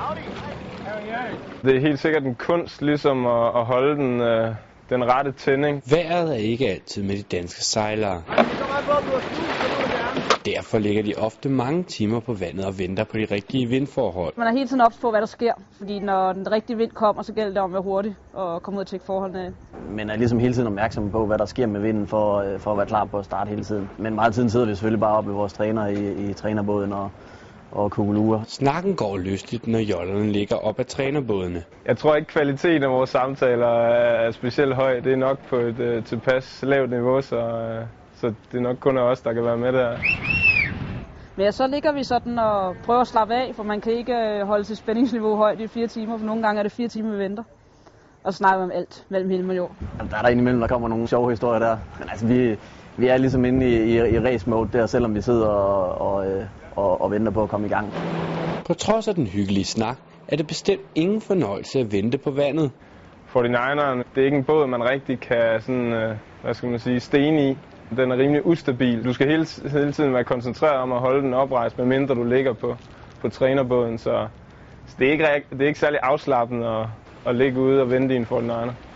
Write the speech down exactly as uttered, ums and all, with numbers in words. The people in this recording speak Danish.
Det er helt sikkert en kunst ligesom at, at holde den, øh, den rette tænding. Vejret er ikke altid med de danske sejlere. Derfor ligger de ofte mange timer på vandet og venter på de rigtige vindforhold. Man er hele tiden ops på, hvad der sker, fordi når den rigtige vind kommer, så gælder det om at være hurtig og komme ud og tjekke forholdene af. Men er ligesom hele tiden opmærksom på, hvad der sker med vinden, for, for at være klar på at starte hele tiden. Men meget tiden sidder vi selvfølgelig bare oppe ved vores træner i, i trænerbåden og, og kugleure. Snakken går lystigt, når jollerne ligger op ad trænerbådene. Jeg tror ikke, kvaliteten af vores samtaler er specielt høj. Det er nok på et uh, tilpas lavt niveau, så, uh, så det er nok kun os, der kan være med der. Men så ligger vi sådan og prøver at slappe af, for man kan ikke holde sit spændingsniveau højt i fire timer, for nogle gange er det fire timer, vi venter. Og så snakker vi om alt mellem himmel og jord. Der er der indimellem, der kommer nogle sjove historier der. Men altså, vi, vi er ligesom inde i, i, i race-mode der, selvom vi sidder og, og, og, og venter på at komme i gang. På trods af den hyggelige snak, er det bestemt ingen fornøjelse at vente på vandet. forty-nineren, det er ikke en båd, man rigtig kan sådan, hvad skal man sige, stene i. Den er rimelig ustabil. Du skal hele, hele tiden være koncentreret om at holde den oprejst, medmindre du ligger på, på trænerbåden. Så, så det, er ikke, det er ikke særlig afslappende at, at ligge ude og vente i en forty-niner.